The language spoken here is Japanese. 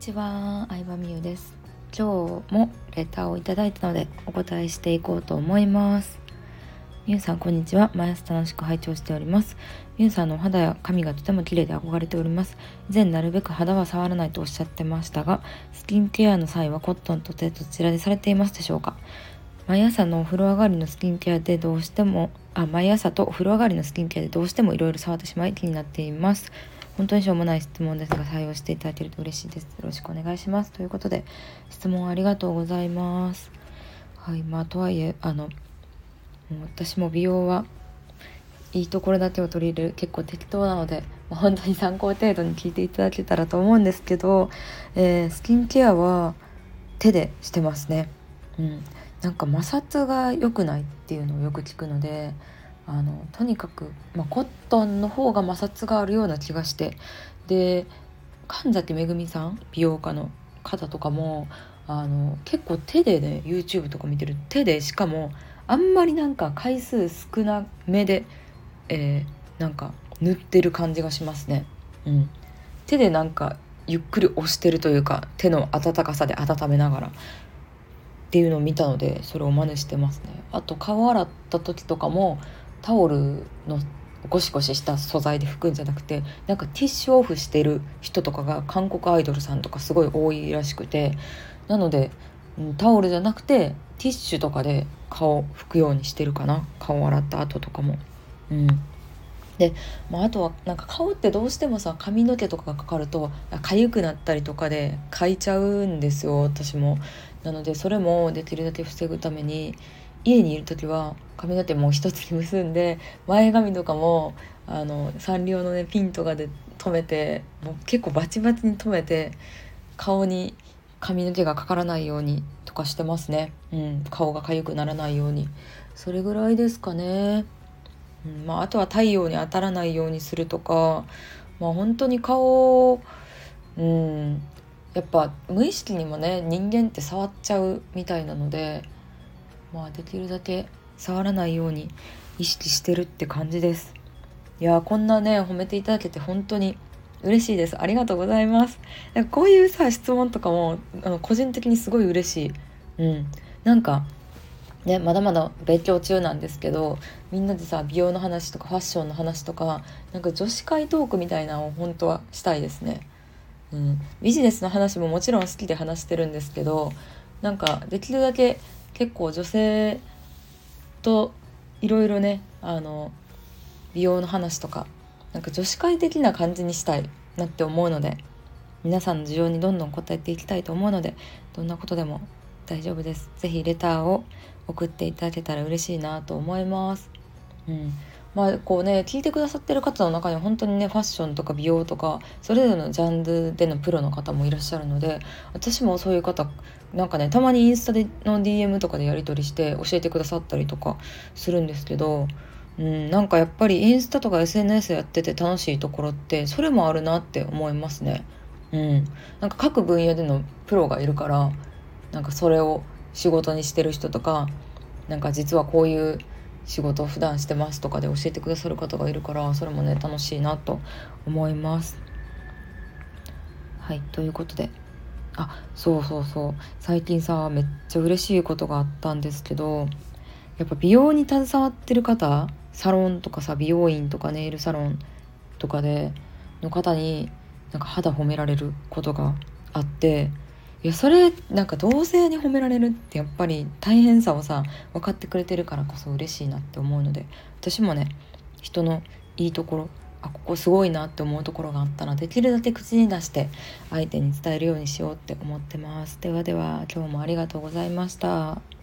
ちは、相葉美優です。今日もレターをいただいたのでお答えしていこうと思います。美優さん、こんにちは。毎朝楽しく拝聴しております。美優さんのお肌や髪がとても綺麗で憧れております。以前なるべく肌は触らないとおっしゃってましたが、スキンケアの際はコットンと手どちらでされていますでしょうか？毎朝のお風呂上がりのスキンケアでどうしても毎朝とお風呂上がりのスキンケアでどうしてもいろいろ触ってしまい気になっています。本当にしょうもない質問ですが採用していただけると嬉しいです。よろしくお願いします。ということで、質問ありがとうございます。はい、とはいえもう私も美容はいいところだけを取り入れる結構適当なので、本当に参考程度に聞いていただけたらと思うんですけど、スキンケアは手でしてますね。なんか摩擦が良くないっていうのをよく聞くので、とにかく、コットンの方が摩擦があるような気がして、で神崎めぐみさん、美容家の方とかも結構手でね YouTube とか見てる手で、しかもあんまりなんか回数少なめで、なんか塗ってる感じがしますね。手でなんかゆっくり押してるというか、手の温かさで温めながらっていうのを見たので、それを真似してますね。あと顔洗った時とかもタオルのゴシゴシした素材で拭くんじゃなくて、なんかティッシュオフしてる人とかが韓国アイドルさんとかすごい多いらしくて、なのでタオルじゃなくてティッシュとかで顔拭くようにしてるかな、顔洗った後とかも。で、あとはなんか顔ってどうしてもさ、髪の毛とかがかかると痒くなったりとかでかいちゃうんですよ、私も。なのでそれもできるだけ防ぐために、家にいる時は髪の毛も一つに結んで、前髪とかもサンリオのねピンとかで留めて、もう結構バチバチに留めて、顔に髪の毛がかからないようにとかしてますね。顔が痒くならないように。それぐらいですかね。あとは太陽に当たらないようにするとか、本当に顔、やっぱ無意識にもね、人間って触っちゃうみたいなので、できるだけ触らないように意識してるって感じです。いや、こんなね褒めていただけて本当に嬉しいです。ありがとうございます。なんかこういうさ質問とかも個人的にすごい嬉しい。なんかね、まだまだ勉強中なんですけど、みんなでさ美容の話とかファッションの話とか、なんか女子会トークみたいなのを本当はしたいですね。ビジネスの話ももちろん好きで話してるんですけど、なんかできるだけ結構女性といろいろね、美容の話とか、なんか女子会的な感じにしたいなって思うので、皆さんの需要にどんどん応えていきたいと思うので、どんなことでも大丈夫です。ぜひレターを送っていただけたら嬉しいなと思います。こうね、聞いてくださってる方の中には本当にねファッションとか美容とかそれぞれのジャンルでのプロの方もいらっしゃるので、私もそういう方なんかね、たまにインスタでの DM とかでやり取りして教えてくださったりとかするんですけど、なんかやっぱりインスタとか SNS やってて楽しいところってそれもあるなって思いますね。なんか各分野でのプロがいるから、なんかそれを仕事にしてる人とか、なんか実はこういう仕事を普段してますとかで教えてくださる方がいるから、それもね楽しいなと思います。はい、ということで、そう最近さめっちゃ嬉しいことがあったんですけど、やっぱ美容に携わってる方、サロンとかさ、美容院とかネイルサロンとかでの方になんか肌褒められることがあって、いやそれなんか同性に褒められるってやっぱり大変さをさ分かってくれてるからこそ嬉しいなって思うので、私もね人のいいところ、ここすごいなって思うところがあったらできるだけ口に出して相手に伝えるようにしようって思ってます。ではでは、今日もありがとうございました。